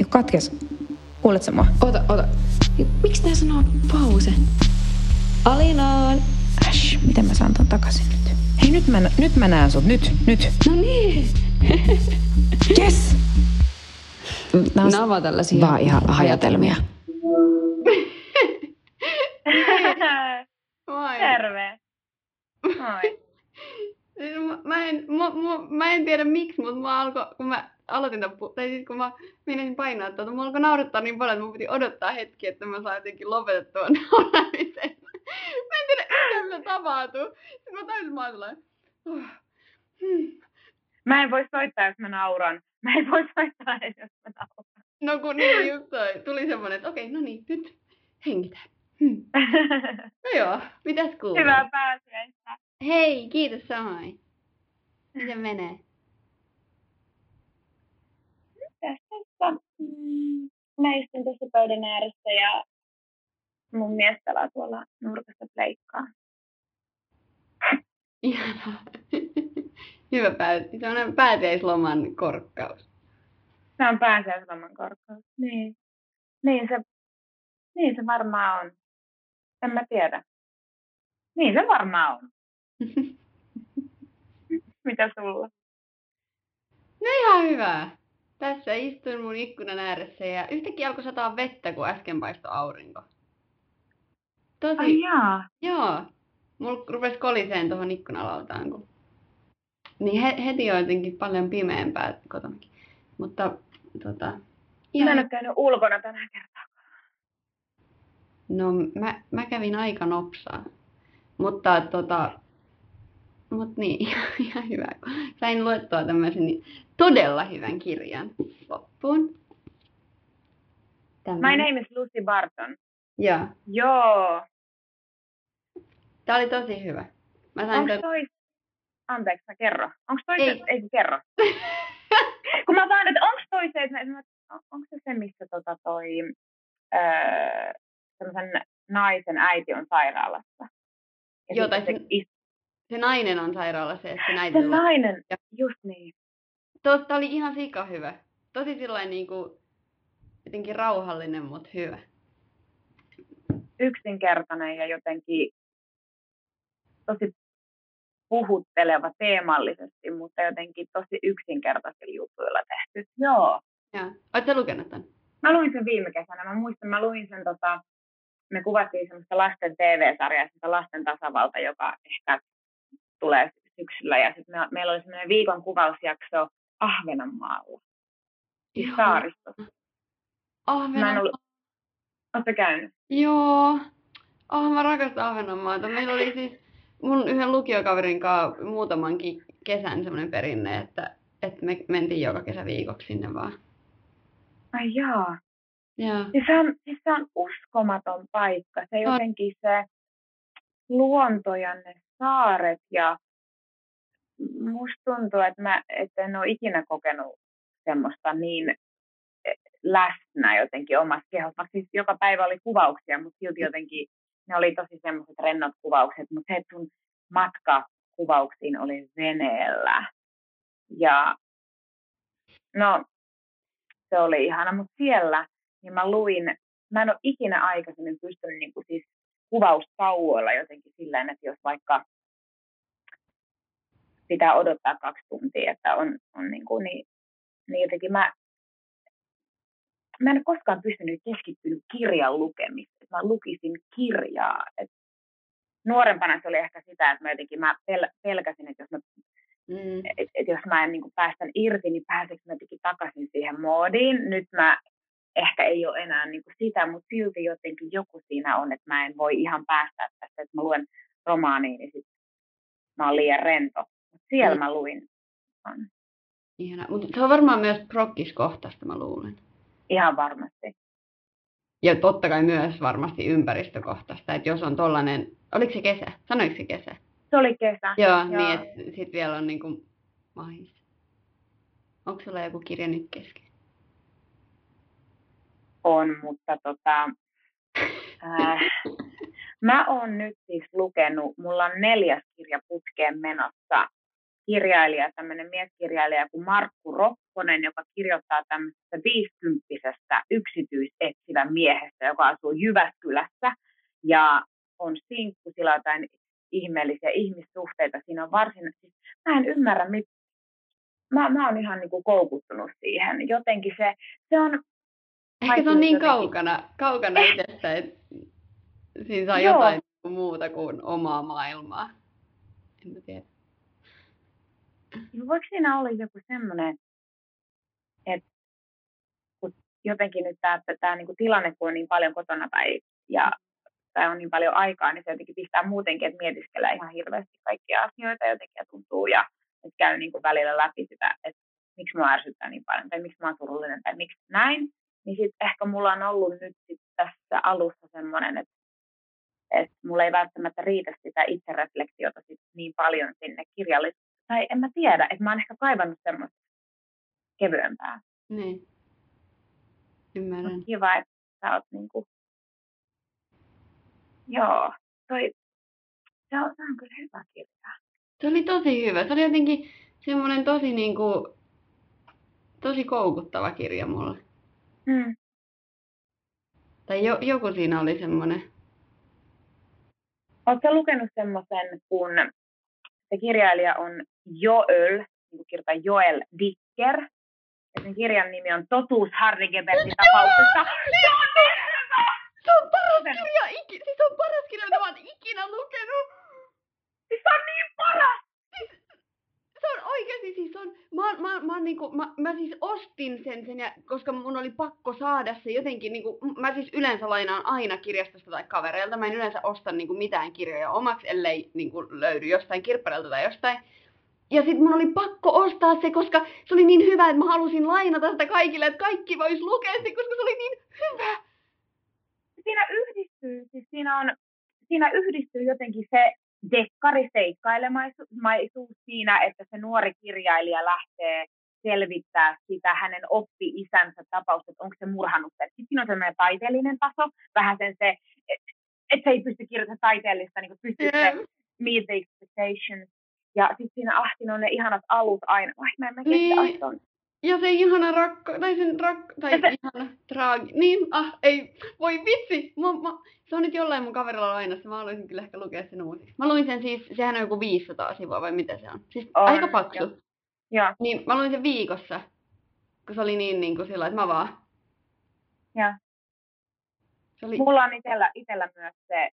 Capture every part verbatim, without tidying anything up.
katkes. Kuulet sä mua? Ota, ota. Miksi tää sanoo pause? Alinaan. Äsh, miten mä saan ton takaisin nyt? Hei, nyt mä, nyt mä näen sut. Nyt, nyt. No niin. Yes! Nämä ovat tällaisia vaan ihan hajatelmia. Moi. Terve. Moi. Siis mä, mä, en, mä, mä, mä en tiedä miksi, mutta mä alkoi, kun mä aloitin tämän, tai siis kun mä meinasin painaa tuota, mä alkoi naurattaa niin paljon, että mun piti odottaa hetki, että mä saan jotenkin lopetettua nauramisen. Mä en tiedä, mitä mitä tapahtuu. Sitten mä tajusin, mä oon sellainen, oh. hmm. Mä en voi soittaa, jos mä nauran. Mä en voi soittaa edes, jos mä nauran. No kun niin just toi. Tuli semmonen, että okei, no niin, nyt hengitään. Hmm. No joo, mitäs kuuluu? Hyvää pääsiäistä. Hei, kiitos samoin. Miten menee? Tässä mm, mä istun tässä pöydän ääressä ja mun mies pelaa tuolla nurkassa pleikkaa. Ihanaa. Hyvä päivä. Se on pääsiäisloman korkkaus. Se on pääsiäisloman korkkaus. Niin. Niin se, niin se varmaan on. En mä tiedä. Niin se varmaan on. Mitä sulla? No ihan hyvä. Tässä istuin mun ikkunan ääressä ja yhtäkkiä alkoi sataa vettä, kun äsken paistoi aurinko. Tosi... Ai jaa. Joo. Mulla rupesi koliseen tuohon ikkunalautaan, kun... Niin he, heti on jotenkin paljon pimeämpää kotonakin. Mutta tota... Mä en ole käynyt ulkona tänä kertaa. No mä, mä kävin aika nopsaa. Mutta tota... Mut niin, ihan hyvä. Sain luettua tämmöisen todella hyvän kirjan loppuun. Tämmönen. My name is Lucy Barton. Joo. Joo. Tää oli tosi hyvä. Mä sain Onks toi... toi... Anteeksi, mä kerro. Onks toi Ei. se... Ei kun kerro. Kun mä vaan, että onks toi se, että mä... onks se se, missä tota toi... Öö, semmosen naisen äiti on sairaalassa. Ja Joo, tai se, is... se nainen on sairaalassa ja se Se äiti on... nainen, ja... just niin. Tosta oli ihan sika hyvä. Tosi sillain niinku... Jotenkin rauhallinen, mut hyvä. Yksinkertainen ja jotenkin tosi puhutteleva teemallisesti, mutta jotenkin tosi yksinkertaisilla jutuilla tehty. Joo. Joo. Oletko lukenut tämän? Mä luin sen viime kesänä. Mä muistan, mä luin sen, tota, me kuvattiin semmoista lasten T V-sarjaa, sitä Lasten tasavalta, joka ehkä tulee syksyllä. Ja sitten me, meillä oli semmoinen viikon kuvausjakso Ahvenanmaalla. Siis saaristossa. Ahvenanmaa. Ollut... Oletko käynyt? Joo. Oh, mä rakastan Ahvenanmaata. Meillä oli siis mun yhden lukiokaverin kanssa muutamankin kesän semmoinen perinne, että, että me mentiin joka kesä viikoksi sinne vaan. Ai jaa. Joo. Siis se, on, siis se on uskomaton paikka. Se jotenkin se luonto ja ne saaret ja musta tuntuu, että mä et en ole ikinä kokenut semmoista niin läsnä jotenkin omassa kehossa. Siis joka päivä oli kuvauksia, mutta silti jotenkin ne oli tosi semmoiset rennot kuvaukset, mutta se, että sun matka kuvauksiin oli veneellä. Ja no, se oli ihana, mutta siellä niin mä luin, mä en ole ikinä aikaisemmin pystynyt niin kuin siis kuvaustauoilla jotenkin sillä että jos vaikka pitää odottaa kaksi tuntia, että on, on niin kuin, niin, niin jotenkin mä Mä en ole koskaan pystynyt keskittynyt kirjan lukemiseen. Mä lukisin kirjaa. Et nuorempana se oli ehkä sitä, että mä jotenkin mä pel- pelkäsin, että jos mä, mm. et, et jos mä en niin kuin päästän irti, niin pääseekö mä jotenkin takaisin siihen moodiin. Nyt mä ehkä ei ole enää niin kuin sitä, mutta silti jotenkin joku siinä on, että mä en voi ihan päästä tästä, että mä luen romaaniin, niin sit mä oon liian rento. Mut siellä mm. mä luin. Ihana. Mutta se on varmaan myös prokkiskohtaista, mä luulen. Ihan varmasti. Ja totta kai myös varmasti ympäristökohtaista, että jos on tollainen, oliko se kesä? Sanoiko se kesä? Se oli kesä. Joo, Joo. Niin että sit vielä on niinku mahis. Onko sulla joku kirja nyt kesken? On, mutta tota, äh, mä oon nyt siis lukenut, mulla on neljäs kirja putkeen menossa. Kirjailija, tämmöinen mieskirjailija kuin Markku Ropponen, joka kirjoittaa tämmöisestä viisikymppisestä yksityisetsivän miehestä, joka asuu Jyväskylässä ja on sinkku, sillä on jotain ihmeellisiä ihmissuhteita. Siinä on varsin, siis mä en ymmärrä, mit... mä, mä oon ihan niinku koukuttunut siihen. Jotenkin se, se on... Ehkä se on niin jotenkin... kaukana, kaukana eh. itsestä, että siinä saa Joo. jotain muuta kuin omaa maailmaa. En mä tiedä. Voiko siinä olla joku semmoinen, että jotenkin nyt tämä, tämä niin kuin tilanne, kun on niin paljon kotona tai, ja, tai on niin paljon aikaa, niin se jotenkin pistää muutenkin, että mietiskelee ihan hirveästi kaikkia asioita jotenkin ja tuntuu ja että käy niin kuin välillä läpi sitä, että miksi mua ärsyttää niin paljon tai miksi mä oon surullinen tai miksi näin. Niin sitten ehkä mulla on ollut nyt sit tässä alussa semmoinen, että, että mulla ei välttämättä riitä sitä itsereflektiota sit niin paljon sinne kirjallisuuteen. Tai en mä tiedä, että mä oon ehkä kaivannut semmoista kevyempää. Niin. Ymmärrän. Mut kiva, että sä oot niinku... Joo, toi... Se on, se on kyllä hyvä kirja. Se oli tosi hyvä. Se oli jotenkin semmoinen tosi niinku... Tosi koukuttava kirja mulle. Hmm. Tai jo, joku siinä oli semmoinen. Ootko lukenut semmoisen, kun se kirjailija on Joel, niin kuin kirjoittaa Joel Dicker. Ja sen kirjan nimi on Totuus Harry Gebeltin tapauksesta. Se on niin hyvä! Se on paras kirja ikinä! Siis se on paras kirja, mitä mä oon ikinä lukenut! Siis se on niin paras! Siis, se on oikeesti siis on... Mä, mä, mä, niinku, mä, mä siis ostin sen, sen ja, koska mun oli pakko saada se jotenkin niinku... Mä siis yleensä lainaan aina kirjastosta tai kavereilta. Mä en yleensä osta niinku mitään kirjoja omaksi, ellei niinku löydy jostain kirppareilta tai jostain. Ja sit mun oli pakko ostaa se, koska se oli niin hyvä, että mä halusin lainata sitä kaikille, että kaikki vois lukea se, koska se oli niin hyvä. Siinä yhdistyy, siis siinä on, siinä yhdistyy jotenkin se dekkariseikkailemaisuus siinä, että se nuori kirjailija lähtee selvittää sitä hänen oppi-isänsä tapausta, että onko se murhannut sen. Sitten siinä on sellainen taiteellinen taso, vähän sen se, että et se ei pysty kirjoittamaan taiteellista, niin kuin pystyy Yeah. se meet the expectations. Ja sitten siinä Ahtin on ne ihanat alut aina. Ai, mä en mä Niin. kestä on. Ja se ihana rakka, tai sen rakka, tai Ja se- ihana traagi. Niin, ah, ei, voi vitsi. Mä, mä, se on nyt jollain mun kaverilla lainassa, mä haluaisin kyllä ehkä lukea sen uusiksi. Mä luin sen siis, sehän on joku viisisataa sivua vai mitä se on? Siis On, aika paksu. joo. Joo, Niin mä luin sen viikossa, kun se oli niin niin kuin sillä, että mä vaan. joo. Se oli, Mulla on itellä, itellä myös se,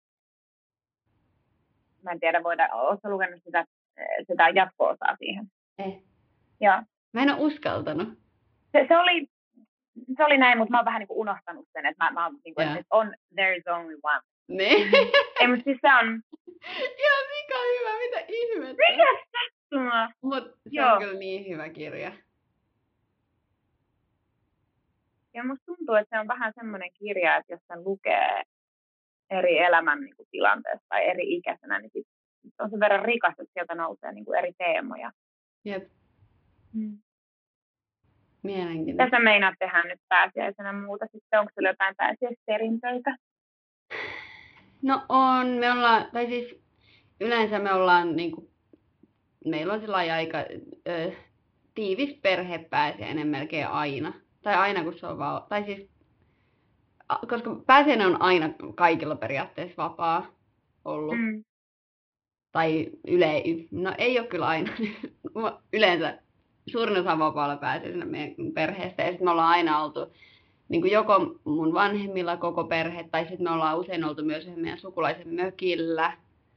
mä en tiedä, voida, ootko lukenut sitä, sitä jatko-osaa siihen? eh. Joo. Mä en oo uskaltanut. Se, se, oli, se oli näin, mutta mä oon vähän niin kuin unohtanut sen, että mä, mä oon niin kuin, Joo. että on, there is only one. Niin. Ei, mutta siis se on, Ihan mikä hyvä, mitä ihmettä. mikä sattuma? Mut se Joo. on kyllä niin hyvä kirja. Ja musta tuntuu, että se on vähän semmoinen kirja, että jos sen lukee eri elämän niin kuin, tilanteessa tai eri ikäisenä, niin sit, sit on sen verran rikas, että sieltä nousee niin kuin, eri teemoja. Jep, Mm. mielenkiintoista. Mitä sä meinaat tehdä nyt pääsiäisenä muuta? Sitten onko sulla jotain pääsiäisperinteitä? No on, me ollaan, tai siis yleensä me ollaan niinku, meillä on sellainen aika ö, tiivis perhe pääsiäinen melkein aina. Tai aina kun se on vaan, tai siis, a- koska pääsiäinen on aina kaikilla periaatteessa vapaa ollut. Mm. Tai yle, no ei ole kyllä aina, yleensä suurin osa on vapaalla pääsiäisenä meidän perheestä. Ja sitten me ollaan aina oltu niin kuin joko mun vanhemmilla koko perhe, tai sitten me ollaan usein oltu myös yhden meidän sukulaisen mökillä.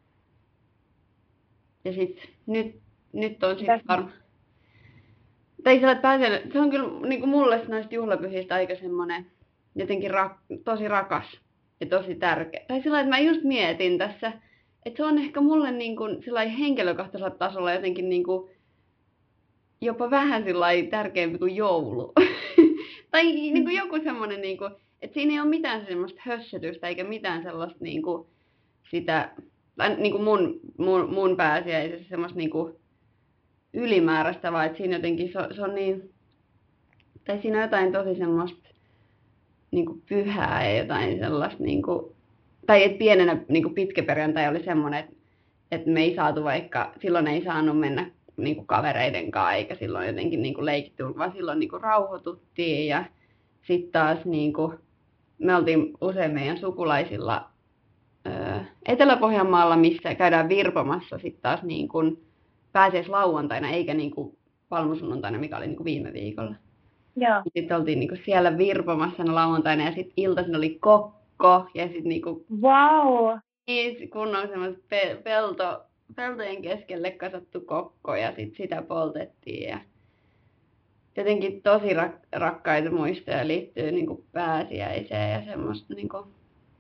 Ja sitten nyt, nyt on sitten Mitäs- varmaan... Tai sillä, että pääsiäinen, se on kyllä niin kuin mulle näistä juhlapyhistä aika semmoinen jotenkin rak, tosi rakas ja tosi tärkeä. Tai sillä, että mä just mietin tässä, että se on ehkä mulle niin kuin sellainen henkilökohtaisella tasolla jotenkin niin kuin jopa vähän sellainen tärkeämpi kuin joulu. Tai niin kuin joku semmoinen, niin kuin, että siinä ei ole mitään semmoista hössötystä eikä mitään sellaista niin kuin sitä, tai niin kuin mun, mun, mun pääsiäisessä semmoista niin kuin ylimääräistä, vaan että siinä jotenkin se, on- se on niin, tai siinä on jotain tosi semmoista niin kuin pyhää ja jotain sellaista, niin kuin, tai että pienenä niin kuin pitkäperjantai oli semmoinen, että, että me ei saatu vaikka, silloin ei saanut mennä niin kuin kavereiden kanssa, eikä silloin jotenkin niin kuin leikitty, vaan silloin niin kuin rauhoituttiin ja sitten taas niin kuin, me oltiin usein meidän sukulaisilla öö, Etelä-Pohjanmaalla, missä käydään virpomassa sitten taas niin kuin pääsiäislauantaina, eikä niin kuin palmusunnuntaina, mikä oli niin kuin viime viikolla. Joo. Sitten oltiin niin kuin siellä virpomassa lauantaina ja sitten iltaisin oli kokko ja sitten niin kuin Wow. kunnon semmoiset pe- pelto, peltojen keskelle kasattu kokko ja sitten sitä poltettiin ja jotenkin tosi rak- rakkaita muistoja liittyy niin kuin pääsiäiseen ja semmoista niin kuin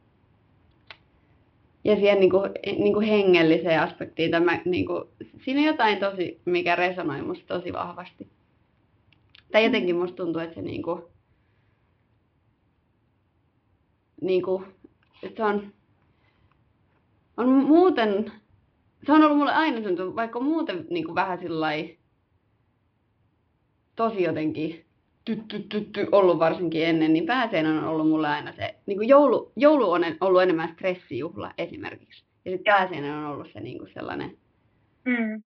ja siihen niin kuin, niin kuin hengelliseen aspektiin tämä niin kuin, siinä on jotain tosi mikä resonoi musta tosi vahvasti. Tai jotenkin musta tuntuu, että se niin kuin, niin kuin, että se on on muuten se on ollut mulle aina tuntunut, vaikka muuten niin kuin vähän sillai tosi jotenkin ty, ty, ty, ty, ollut varsinkin ennen, niin pääsiäinen on ollut mulle aina se, niin kuin joulu, joulu on ollut enemmän stressijuhla esimerkiksi. Ja sitten pääsiäinen on ollut se niin kuin sellainen. Mm.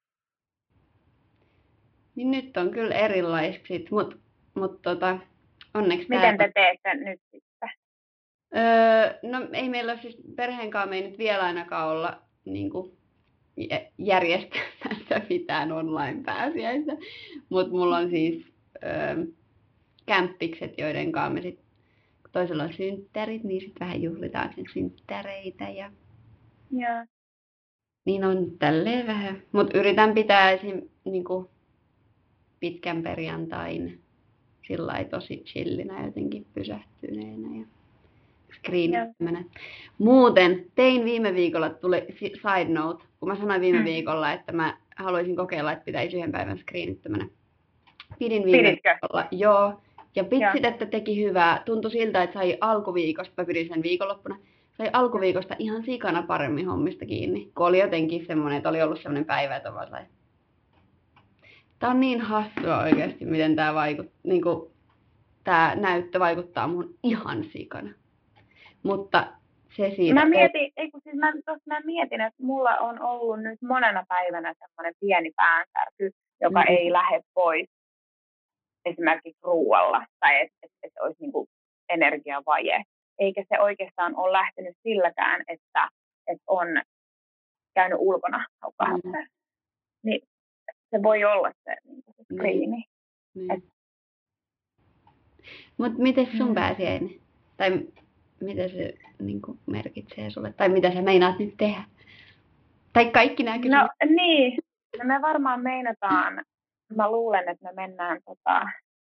Niin nyt on kyllä erilaiset, mutta mut tota, onneksi Miten tää... te teette nyt sitten? Öö, no ei meillä ole siis perheenkaan, me ei nyt vielä ainakaan olla niin kuin, järjestämässä mitään online-pääsiäistä, mutta mulla on siis öö, kämppikset, joiden kanssa me sit, kun toisella on synttärit, niin sitten vähän juhlitaan sen synttäreitä ja Joo. niin on tälleen vähän, mutta yritän pitää esim. Niinku pitkän perjantain sillai tosi chillinä jotenkin pysähtyneenä ja screenittömänä. Muuten tein viime viikolla, tuli side note, kun mä sanoin viime Mm. viikolla, että mä haluaisin kokeilla, että pitäisi yhden päivän screenittömänä. Pidin viime Piditkö? viikolla, joo. Ja pitsit, Joo. että teki hyvää. Tuntui siltä, että sai alkuviikosta, mä pidin sen viikonloppuna, sai alkuviikosta ihan sikana paremmin hommista kiinni. Kun oli jotenkin semmoinen, että oli ollut semmoinen päivä, että vaan sai. Tää on niin hassua oikeasti, miten tää vaikuttaa, niinku, tää näyttö vaikuttaa mun ihan sikana. Mutta se siitä... Mä mietin, ei kun siis mä, tos mä mietin, että mulla on ollut nyt monena päivänä semmoinen pieni päänsärky, joka mm. ei lähde pois esimerkiksi ruualla tai että et, et olisi niinku energiavaje. Eikä se oikeastaan ole lähtenyt silläkään, että et on käynyt ulkona haukkahappea. Mm. Niin se voi olla se, niinku se screeni. Mm. Et... Mut miten sun Mm. pääsiäinen? Tai mitä se niin kuin, merkitsee sulle? Tai mitä sä meinaat nyt tehdä? Tai kaikki nämä kysymykset. No niin, no me varmaan meinataan, mä luulen, että me mennään tota,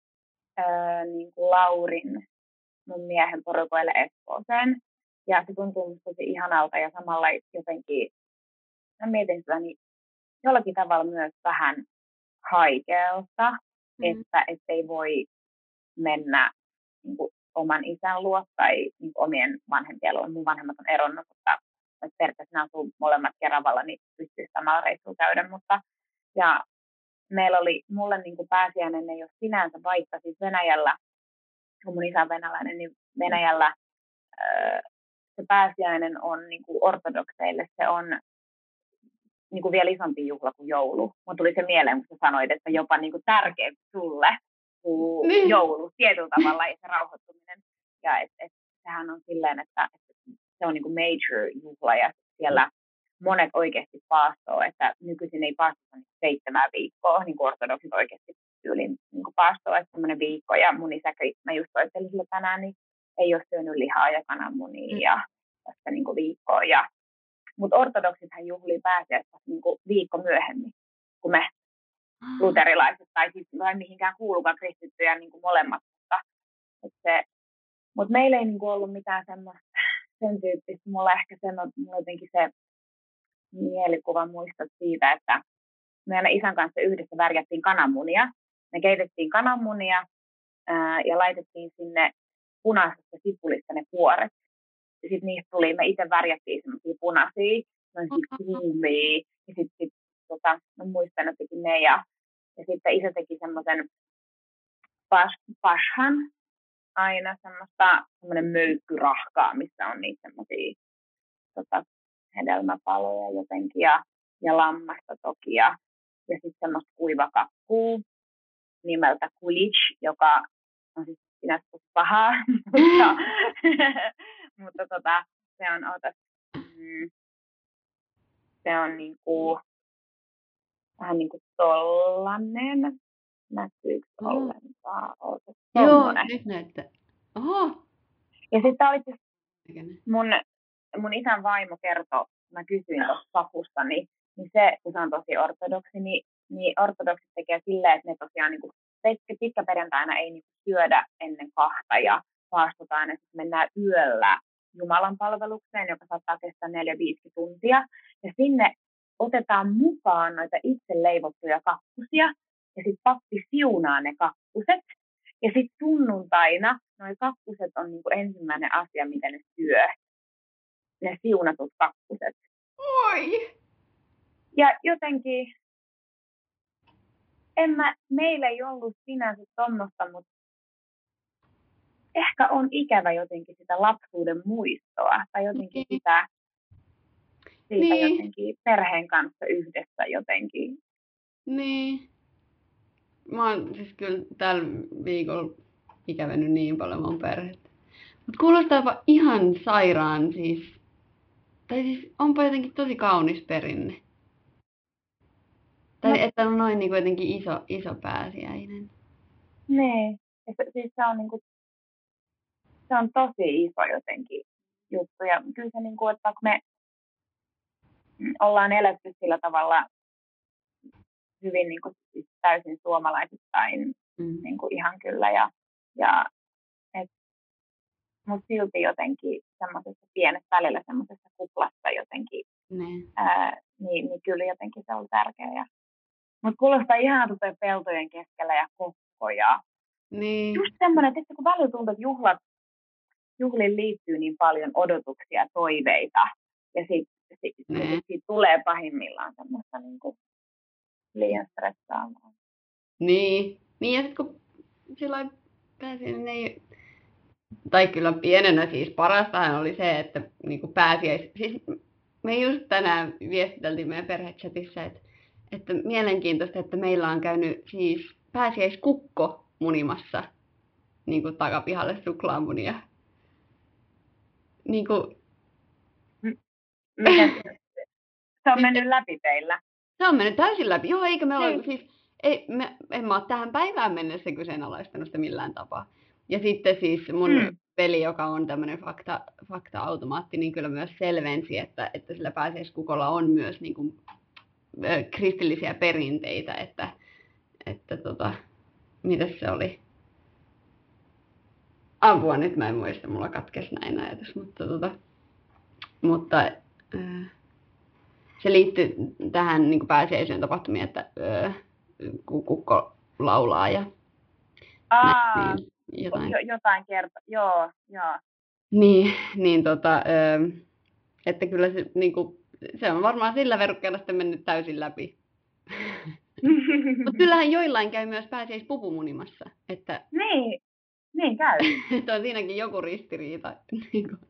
ää, niin kuin Laurin, mun miehen porukoille Espooseen. Ja se tuntuu musta tosi ihanalta ja samalla jotenkin, mä mietin sitä niin jollakin tavalla myös vähän haikealta, mm. että ei voi mennä niin kuin, oman isän luo tai niin kuin, omien vanhempien luo. Mun vanhemmat on eronnut, mutta periaatteessa asuu molemmat Keravalla, niin pystyisi samalla reissulla käydä. Mutta, ja meillä oli, mulle niin kuin pääsiäinen ei ole sinänsä, vaikka siis Venäjällä, kun mun isä on venäläinen, niin Venäjällä öö, se pääsiäinen on niin kuin ortodokseille, se on niin kuin vielä isompi juhla kuin joulu. Mun tuli se mieleen, kun sä sanoit, että jopa niin kuin tärkeämpi sulle kuin niin. joulu tietyllä tavalla ja se rauhoittuminen. Ja et, et, sehän on silleen, että, että se on niin kuin major juhla ja siellä monet oikeasti paastoo, että nykyisin ei paastota niin seitsemää viikkoa, niin kuin ortodoksit oikeasti tyylin niin paastoo, että semmoinen viikko. Ja mun isä, mä just soittelin sille tänään, niin ei ole syönyt lihaa ja kananmunia ja tästä niin kuin viikkoa. Ja mutta ortodoksithan juhlii pääsiäistä niin kuin viikko myöhemmin kuin me luterilaiset tai siis vai mihinkään kuulukaan kristittyjä niin kuin molemmat. Mutta, se, mutta meillä ei niin kuin ollut mitään semmoista sen tyyppistä. Mulla ehkä sen on mulla jotenkin se mielikuva muistat siitä, että me aina isän kanssa yhdessä värjättiin kananmunia. Me keitettiin kananmunia ää, ja laitettiin sinne punaisesta sipulista ne kuoret. Ja sitten niistä tuli, me itse värjättiin semmoisia punaisia, semmoisia kuumia. Ja sitten sit, tota, mä muistan, että teki ne. Ja, ja sitten isä teki semmoisen pas, pashan aina, semmoista, semmoinen möykkyrahkaa, missä on niitä semmoisia tota, hedelmäpaloja jotenkin. Ja, ja lammasta toki. Ja, ja sitten semmoista kuivakakkuu nimeltä kulic, joka on siis sinä pahaa, mutta, mutta tota, se on, ota, mm, se on niinku, vähän niinku tollanen. Näkyykö Mm. ollenkaan? Ota, Joo, tommonen. nyt näyttää. Oho. Ja sitten oli siis Mikäinen? mun, mun isän vaimo kertoi, mä kysyin tuosta papusta, niin, niin se, kun se on tosi ortodoksi, niin, niin ortodoksit tekee silleen, että ne tosiaan niin kuin pitkäperjantaina ei niin kuin syödä ennen kahta ja paastutaan, että mennään yöllä Jumalan palvelukseen, joka saattaa kestää neljä viisi tuntia. Ja sinne otetaan mukaan noita itse leivottuja kakkusia ja sitten pappi siunaa ne kakkuset. Ja sitten sunnuntaina noi kakkuset on niinku ensimmäinen asia, miten ne syö. Ne siunatut kakkuset. Oi! Ja jotenkin, en mä, meillä ei ollut sinänsä tommoista, mutta ehkä on ikävä jotenkin sitä lapsuuden muistoa. Tai jotenkin Niin. sitä, siitä Niin. jotenkin perheen kanssa yhdessä jotenkin. Niin. Mä oon siis kyllä tällä viikolla ikävennyt niin paljon mun perhettä. Mut kuulostaapa ihan sairaan siis. Tai siis onpa jotenkin tosi kaunis perinne. Tai No. että on noin niinku jotenkin iso, iso pääsiäinen. Nee. Ja se, siis se on niinku, se on tosi iso jotenkin juttu. Ja kyllä se niinku, että me ollaan eletty sillä tavalla hyvin niin kuin, siis täysin suomalaisittain Mm. niin kuin ihan kyllä. Ja, ja et, mut silti jotenkin semmoisessa pienessä välillä semmoisessa kuplassa jotenkin, Ne. ää, niin, niin kyllä jotenkin se on tärkeä. Mutta kuulostaa ihan tuota peltojen keskellä ja kokkoja. Niin. Just semmoinen, että kun välillä tuntuu, että juhlat, juhliin liittyy niin paljon odotuksia ja toiveita. Ja sitten sit, Ne. sit, sit tulee pahimmillaan semmoista niin kuin liian stressaavaa. Niin. Niin ja sit kun silloin pääsin, niin ei... Tai kyllä pienenä siis parastahan oli se, että niinku pääsiäis... Siis me just tänään viestiteltiin meidän perhechatissa, että, että mielenkiintoista, että meillä on käynyt siis pääsiäiskukko munimassa niinku takapihalle suklaamunia. Niinku... Miten se on mennyt läpi teillä? Se on mennyt täysin läpi. Joo, eikä me ole, Niin. siis, ei, me, en mä ole tähän päivään mennessä kyseenalaistanut sitä millään tapaa. Ja sitten siis mun Mm. veli, joka on tämmöinen fakta, fakta-automaatti, niin kyllä myös selvensi, että, että sillä pääsiäiskukolla on myös niin kuin, ö, kristillisiä perinteitä, että, että tota, mitäs se oli? Apua, nyt mä en muista, mulla katkesi näin ajatus, mutta tota, mutta äh, se liittyy tähän niin kuin pääsiäiseen tapahtumiin, että öö, kukko laulaa ja Aa, näin, niin, jotain. jo, jotain kertaa. Joo, joo. Niin, niin tota, öö, että kyllä se, niin kuin, se on varmaan sillä verukkeella sitten mennyt täysin läpi. Mutta kyllähän joillain käy myös pääsiäispupu munimassa, että, niin, niin käy. että on siinäkin joku ristiriita. Niin kuin.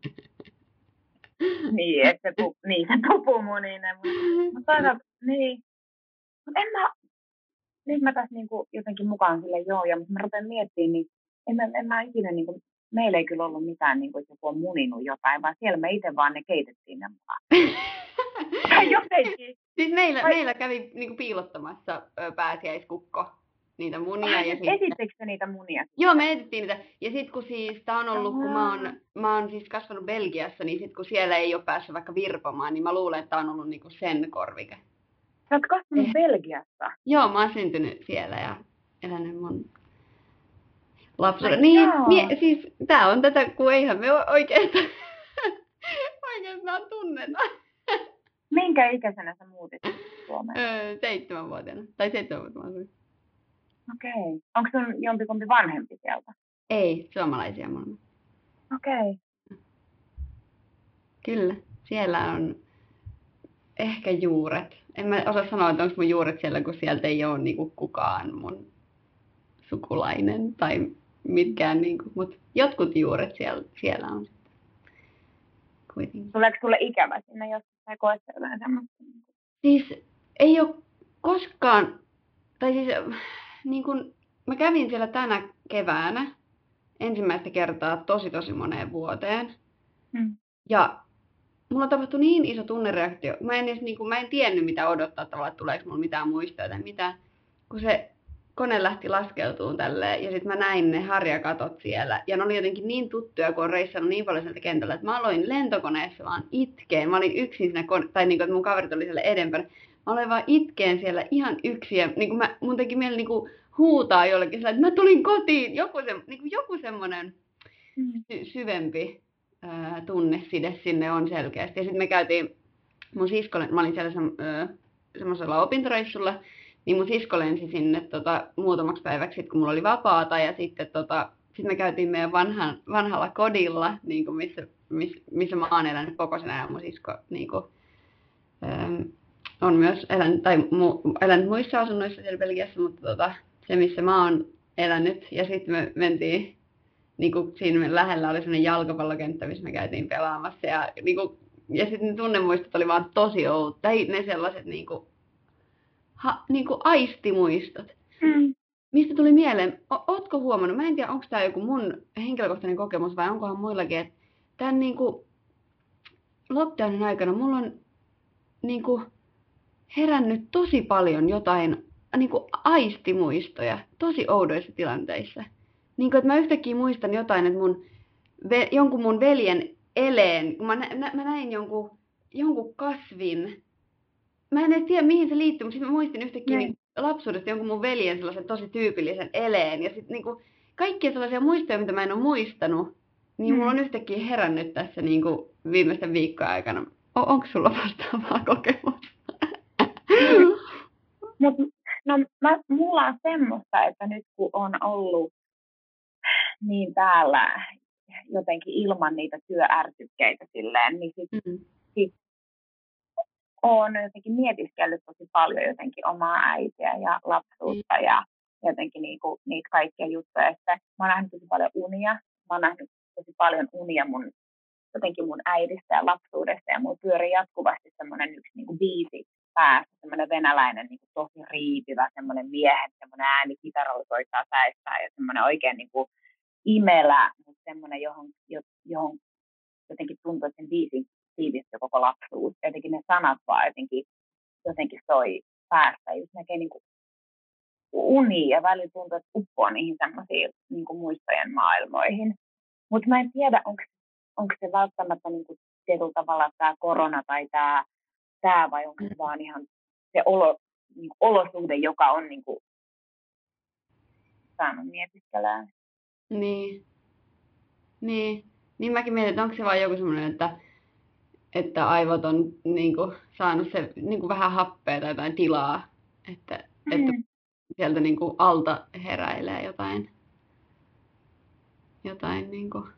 Niin, että se, pu, niin, se pupumuninen. Mutta toisaalta, niin. Mutta en mä, nyt mä tässä niinku jotenkin mukaan sille joo, ja mutta mä rupean miettimään, niin en mä, en mä ikinä, niinku, meillä ei kyllä ollut mitään, niinku, että joku on muninut jotain, vaan siellä me itse vaan ne keitettiin ne mukaan. Tai jotenkin. Siis meillä, Vai... meillä kävi niinku piilottamassa ö, pääsiäiskukko niitä munia. Ai, ja sitten... Esittekö te niitä munia? Joo, me etsittiin niitä. Ja sit kun siis tää on ollut, kun mä oon, mä oon siis kasvanut Belgiassa, niin sit kun siellä ei ole päässyt vaikka virpomaan, niin mä luulen, että tää on ollut niinku sen korvike. Sä oot kasvanut Belgiassa? Joo, mä oon syntynyt siellä ja elänyt mun lapsuuden. Ai Niin, joo. mie, siis tää on tätä, kun eihän me oikeastaan, oikeastaan tunneta. Minkä ikäisenä sä muutit Suomeen? Öö, seitsemänvuotiaana. Tai seitsemänvuotiaana. Okei. Okay. Onko sun jompikumpi vanhempi sieltä? Ei, suomalaisia molemmat. Okei. Okay. Kyllä, siellä on ehkä juuret. En mä osaa sanoa, että onko mun juuret siellä, kun sieltä ei ole niinku kukaan mun sukulainen tai mitkään, niinku, mutta jotkut juuret siellä, siellä on sitten kuitenkin. Tuleeko sulle ikävä sinne, jos sä koet jotain semmoista? Siis ei ole koskaan, tai siis niin kun, mä kävin siellä tänä keväänä ensimmäistä kertaa tosi tosi moneen vuoteen. Mm. Ja mulla tapahtui niin iso tunnereaktio. Mä en edes niin kuin, mä en tiennyt mitä odottaa tavallaan, että tuleeko mulla mitään muistoja tai mitään. Kun se kone lähti laskeutumaan tälleen ja sitten mä näin ne harjakatot siellä. Ja ne oli jotenkin niin tuttuja, kun on reissannut niin paljon sieltä kentällä, että mä aloin lentokoneessa vaan itkeen. Mä olin yksin siinä kone- tai niin kuin, että mun kaverit oli siellä edempänä. Mä aloin vaan itkeen siellä ihan yksin. Ja niin kuin mä, mun teki mieli niin kuin huutaa jollekin sillä, että mä tulin kotiin. Joku, se, niin kuin joku semmoinen Mm. sy- syvempi ää, tunneside sinne on selkeästi. Ja sitten me käytiin, mun sisko, mä olin siellä sem, ää, semmoisella opintoreissulla, niin mun sisko lensi sinne tota, muutamaksi päiväksi, sit, kun mulla oli vapaata. Ja sitten tota, sit me käytiin meidän vanhan, vanhalla kodilla, niin kuin missä, missä, missä mä oon elänyt koko sen ajan. Mun sisko niin kuin, ää, on myös elänyt, tai mu, elänyt muissa asunnoissa siellä Belgiassa, mutta tota, se missä mä oon elänyt. Ja sitten me mentiin, niin kuin siinä lähellä oli sellainen jalkapallokenttä, missä me käytiin pelaamassa. Ja, niin kuin, ja sitten ne tunnemuistot oli vaan tosi outo. Tai ne sellaiset niin kuin, ha, niin kuin aistimuistot. Mm. Mistä tuli mieleen, o, ootko huomannut, mä en tiedä onko tämä joku mun henkilökohtainen kokemus vai onkohan muillakin, että tämän niin kuin lockdownin aikana mulla on niin kuin herännyt tosi paljon jotain niin kuin aistimuistoja tosi oudoissa tilanteissa. Niin kuin, että mä yhtäkkiä muistan jotain, että mun, ve, jonkun mun veljen eleen, kun mä, nä, mä näin jonkun, jonkun kasvin, mä en edes tiedä mihin se liittyy, mutta sitten mä muistin yhtäkkiä niin lapsuudesta jonkun mun veljen sellaisen tosi tyypillisen eleen. Ja sitten niin kuin, kaikkia sellaisia muistoja, mitä mä en ole muistanut, niin Mm. mulla on yhtäkkiä herännyt tässä niin kuin viimeisten viikkojen aikana. O, onko sulla vastaavaa kokemusta? Mut, no, mä, mulla on semmoista, että nyt kun on ollut niin täällä jotenkin ilman niitä työärtykkeitä silleen, niin sit, Mm. sit oon jotenkin mietiskellyt tosi paljon jotenkin omaa äitiä ja lapsuutta mm. ja jotenkin niinku, niitä kaikkia juttuja. Sitten mä oon nähnyt tosi paljon unia. Mä oon nähnyt tosi paljon unia mun, jotenkin mun äidistä ja lapsuudesta ja mun pyörii jatkuvasti semmoinen yksi niinku biisi päässä, semmoinen venäläinen niinku tosi riipivä, semmoinen miehen, semmoinen ääni kitaralla soittaa säistää ja semmoinen oikein niinku imelä, mutta semmoinen, johon, johon jotenkin tuntuu, että sen biisin tiivistyi koko lapsuus. Jotenkin ne sanat vaan jotenkin, jotenkin soi päästä. Just näkee niin kuin uni ja välillä tuntuu, että uppoaa niihin semmoisiin niin kuin muistojen maailmoihin. Mutta mä en tiedä, onko se välttämättä niin kuin tietyllä tavalla tämä korona tai tämä, tämä vai onko se vaan ihan se olo, niin kuin olosuhde, joka on niin kuin saanut mietiskelään. Niin. Niin. Niin mäkin mietin, että onko se vaan joku semmoinen, että, että aivot on niin kuin, saanut se niin kuin vähän happea tai jotain tilaa. Että, mm. että sieltä niin kuin, alta heräilee jotain. Jotain niin kuin.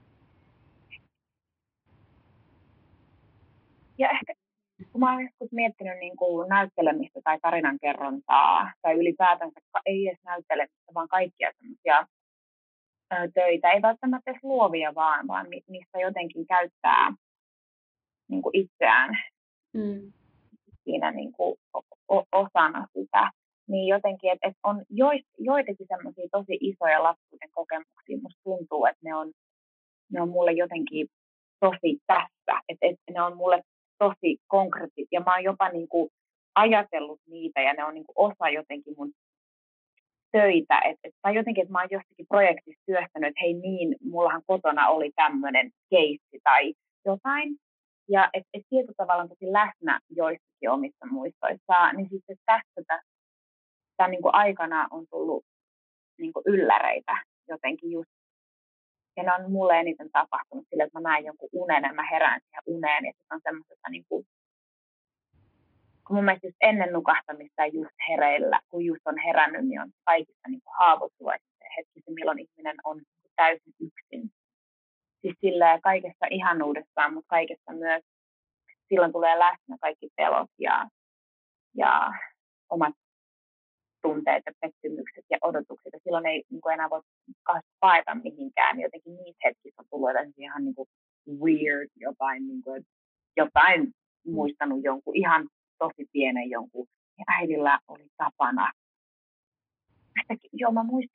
Ja ehkä kun mä oon joskus miettinyt niin kuin näyttelemistä tai tarinankerrontaa, tai ylipäätänsä ei edes näyttelemistä, vaan kaikkia semmoisia töitä, ei välttämättä edes luovia vaan, vaan mistä jotenkin käyttää niin kuin itseään mm. siinä niin kuin osana sitä. Niin jotenkin, että et on joitakin semmoisia tosi isoja lapsuuden kokemuksia, musta tuntuu, että ne on, ne on mulle jotenkin tosi tässä, että et ne on mulle tosi konkreettisia, ja mä oon jopa niin kuin ajatellut niitä, ja ne on niin kuin osa jotenkin mun töitä, et, et, tai jotenkin, että mä oon jostakin projektissa työstänyt, että hei niin, mullahan kotona oli tämmöinen keissi tai jotain, ja että et tietyllä tavalla on tosi läsnä joissakin omissa muistoissaan, niin sitten tässä tämän niin kuin aikana on tullut niin kuin ylläreitä jotenkin just. Ja ne on mulle eniten tapahtunut sillä, että mä näen jonkun unen ja mä herään siihen uneen. Ja se on semmoisesta niin kuin, kun mun mielestä just ennen nukahtamista ja just hereillä, kun just on herännyt, niin on kaikista niin kuin haavoittuvaisissa hetkissä, milloin ihminen on täysin yksin. Siis sillä kaikessa ihanuudessaan, mutta kaikessa myös silloin tulee läsnä kaikki pelot ja, ja omat tunteet ja pettymykset ja odotukset. Ja silloin ei niin kuin enää voi paeta mihinkään. Jotenkin niissä hetkissä on tullut ihan niin kuin weird, jotain, niin kuin, jotain muistanut jonkun ihan tosi pienen jonkun. Ja äidillä oli tapana. Joo, mä muistin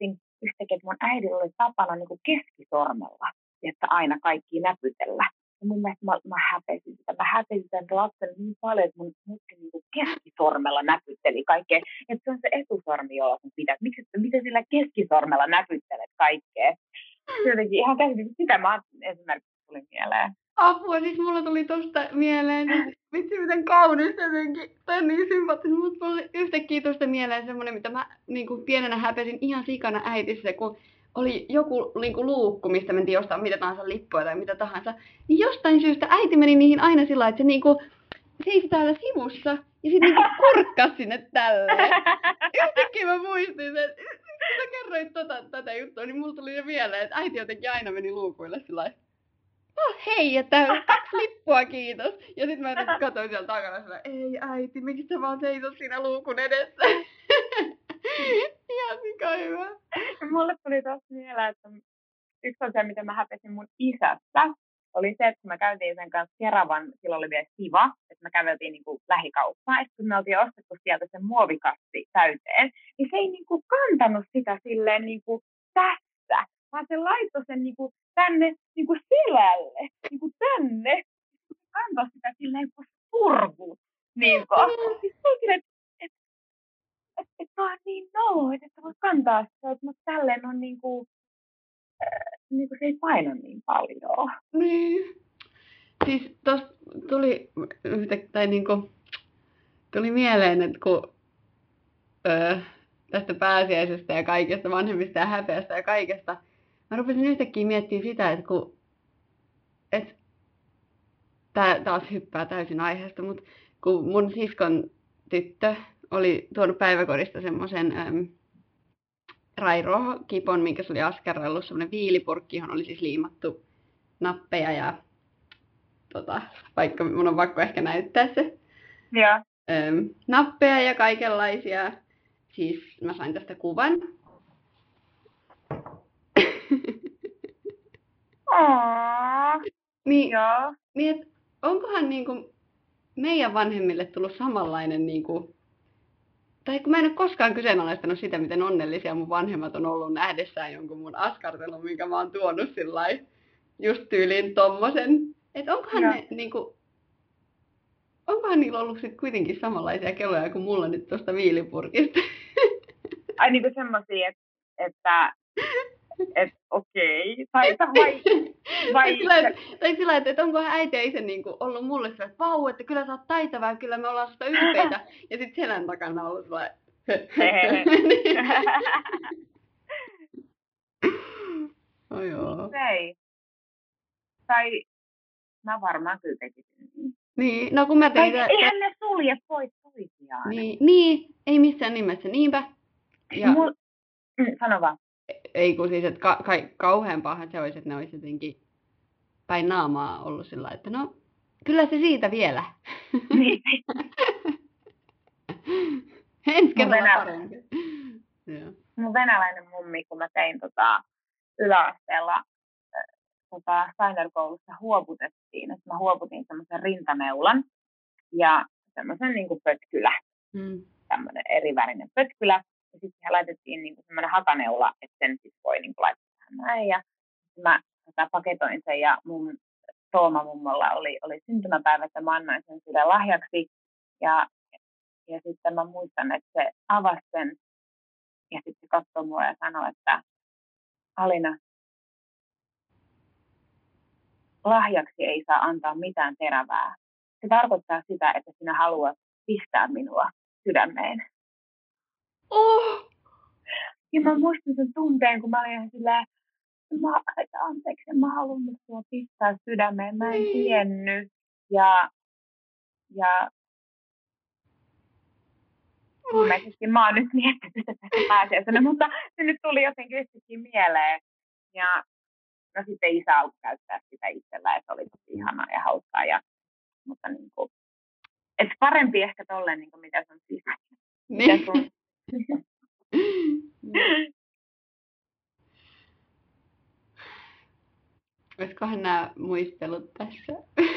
yhtäkkiä, että mun äidillä oli tapana niin kuin keskisormella, että aina kaikki näpytellä. Ja mun mielestä mä, mä häpesin sitä. Mä häpesin tämän lapsen niin paljon, että mun mutti niin kuin keskisormella näpytteli kaikkea. Että se on se etusormi, jolla sun pitää. Miksi, miten sillä keskisormella näpyttelet kaikkea? Jotenkin ihan käsitin, sitä mä esimerkiksi tuli mieleen. Apua, siis mulla tuli tosta mieleen, vitsi miten kaunis jotenkin, tai niin sympaattinen, mutta mulla oli yhtäkkiä tosta mieleen semmonen, mitä mä niin kuin pienenä häpesin ihan sikana äitissä, kun oli joku niin kuin luukku, mistä mentiin ostaa mitä tahansa lippuja tai mitä tahansa, niin jostain syystä äiti meni niihin aina sillä, että se niin kuin seisi täällä sivussa ja sitten niin kurkkasi sinne tälleen. Yhtäkkiä mä muistin, että kun sä kerroit tota, tätä juttua, niin mulla tuli jo mieleen, että äiti jotenkin aina meni luukuille sillä lailla. No hei, että kaksi lippua, kiitos. Ja sit mä jotenkin katsoin siellä takana sillä, ei äiti, miksi sä vaan seisot siinä luukun edessä? Ihan sika hyvä. Mulle tuli tossa mieleen, että yksi asia, mitä mä häpesin mun isästä, oli se, että kun mä käytiin sen kanssa Keravan, silloin oli vielä Siva, että me käveltiin niin kuin lähikauppaan, ja kun me oltiin ostettu sieltä sen muovikasti täyteen, niin se ei niin kuin kantanut sitä silleen niin kuin tässä, vaan se laittoi sen niin kuin tänne niin kuin selälle, niin kuin tänne, se kantoi sitä silleen kuin purku. Niin kuin, siis että et, et, et on niin noloa, että voit kantaa sitä, mutta tälleen on niin kuin, niin kuin se ei paina niin paljon. Niin. Siis tosta tuli yhtä, tai niinku, tuli mieleen, että kun öö, tästä pääsiäisestä ja kaikesta, vanhemmista ja häpeästä ja kaikesta, mä rupesin yhtäkkiä miettimään sitä, että kun, et, tää taas hyppää täysin aiheesta, mutta kun mun siskon tyttö oli tuonut päiväkodista semmoisen äm, rairuohokipon, minkä se oli askarrellut, semmoinen viilipurkki, johon oli siis liimattu nappeja ja tota, vaikka mun on pakko ehkä näyttää se. Joo. Öm, nappeja ja kaikenlaisia. Siis mä sain tästä kuvan. Aa, niin, joo. niin et, onkohan niinku meidän vanhemmille tullut samanlainen niinku, tai kun mä en ole koskaan kyseenalaistanut sitä, miten onnellisia mun vanhemmat on ollut nähdessään jonkun mun askartelun, minkä mä oon tuonut sillai just tyyliin tommosen. Että onkohan Joo. ne niinku, onkohan niillä ollut sit kuitenkin samanlaisia keloja kuin mulla nyt tosta viilipurkista? Ai niinku semmosia, et, että et okei. Tai, tai vai, vai tai sillä, et, tai sillä että et onkohan äiti ja isä niinku ollut mulle sillä, että vau, että kyllä sä oot taitava ja kyllä me ollaan susta ylpeitä. Ja sit selän takana ollut sillä oh joo. Ei. Tai mä varmaan kyllä tekisin niin. Niin, no kun mä tein... Tai eihän ne sulje pois toisiaan. Niin, niin, ei missään nimessä, niinpä. Ja... Mul... Mm, sano vaan. Ei kun siis, että ka- ka- kauheampaahan se olisi, että ne olisi jotenkin päin naamaa ollut sillä että no, kyllä se siitä vielä. Niin. Ensi kerralla venä... parempi. Mun venäläinen mummi, kun mä tein tota, yläasteella äh, tota, Steiner-koulussa huoputettiin, että mä huoputin semmoisen rintaneulan ja semmoisen niin kuin pötkylä, mm. tämmöinen erivärinen pötkylä. Ja sitten siihen laitettiin niin kuin semmoinen hakaneula, että sen sitten voi niin kuin laittaa näin. Ja mä tota, paketoin sen ja mun Tooma-mummolla oli, oli syntymäpäivä, että mä annoin sen sille lahjaksi. Ja, ja sitten mä muistan, että se avasi sen ja sitten se katsoi mua ja sanoi, että Alina, lahjaksi ei saa antaa mitään terävää. Se tarkoittaa sitä, että sinä haluat pistää minua sydämeen. Oh! Ja mä muistin sen tunteen, kun mä olin ihan silleen, mä, että anteeksi, en mä halunnut sua pistää sydämeen, mä en tiennyt. Ja, ja ilmeisesti mä oon nyt miettinyt, että se pääsee sinne, mutta se nyt tuli jotenkin yhtäkkiä mieleen. Ja no sitten isä alkoi käyttää sitä itsellä, että oli tosi ihanaa ja hauskaa. Ja, mutta niin kuin, että parempi ehkä tolleen, niin kuin mitä sun sisä. Mitä sun... Olisikohan nämä muistelut tässä?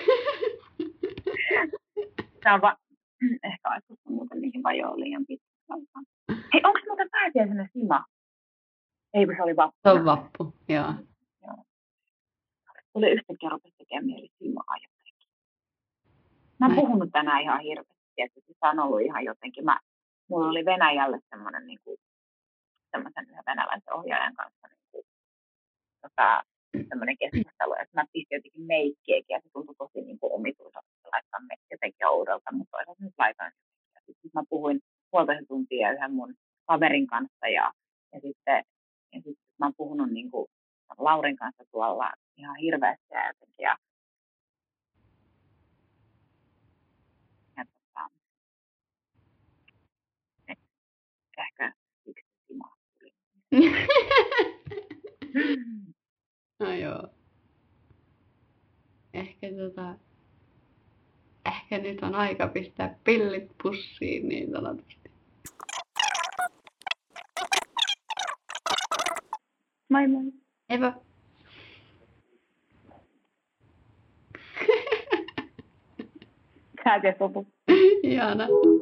Tämä on va... ehkä aikuista muuten niihin vajoon liian pitkään. Hei, onko muuten pääsiäisenä Sima? Ei, kun se oli vappu. Se on vappu, joo. Joo. Tuli yhtäkkiä rupesi tekemään mieli simaa jotenkin. Mä oon Näin. puhunut tänään ihan hirveästi, että se on ollut ihan jotenkin. Mä, mulla oli Venäjälle semmoinen niin kuin, semmoisen yhden venäläisen ohjaajan kanssa niin kuin, tota, semmoinen keskustelu, että mä pistin jotenkin meikkiäkin ja se tuntui tosi niin kuin omituiselta laittaa meikkiä jotenkin oudolta, mutta toisaalta nyt laitoin. Ja sitten mä puhuin puolitoista tuntia yhden mun kaverin kanssa ja, ja sitten ja sit mä oon puhunut niin kuin Laurin kanssa tuolla ihan hirveästi ja jotenkin. Ja, ja tota, ehkä yksi simaa tuli. No joo. Ehkä tota... Ehkä nyt on aika pistää pillit pussiin niin sanotusti. Moi moi. Eipä. Sä teet lopu. Ihana.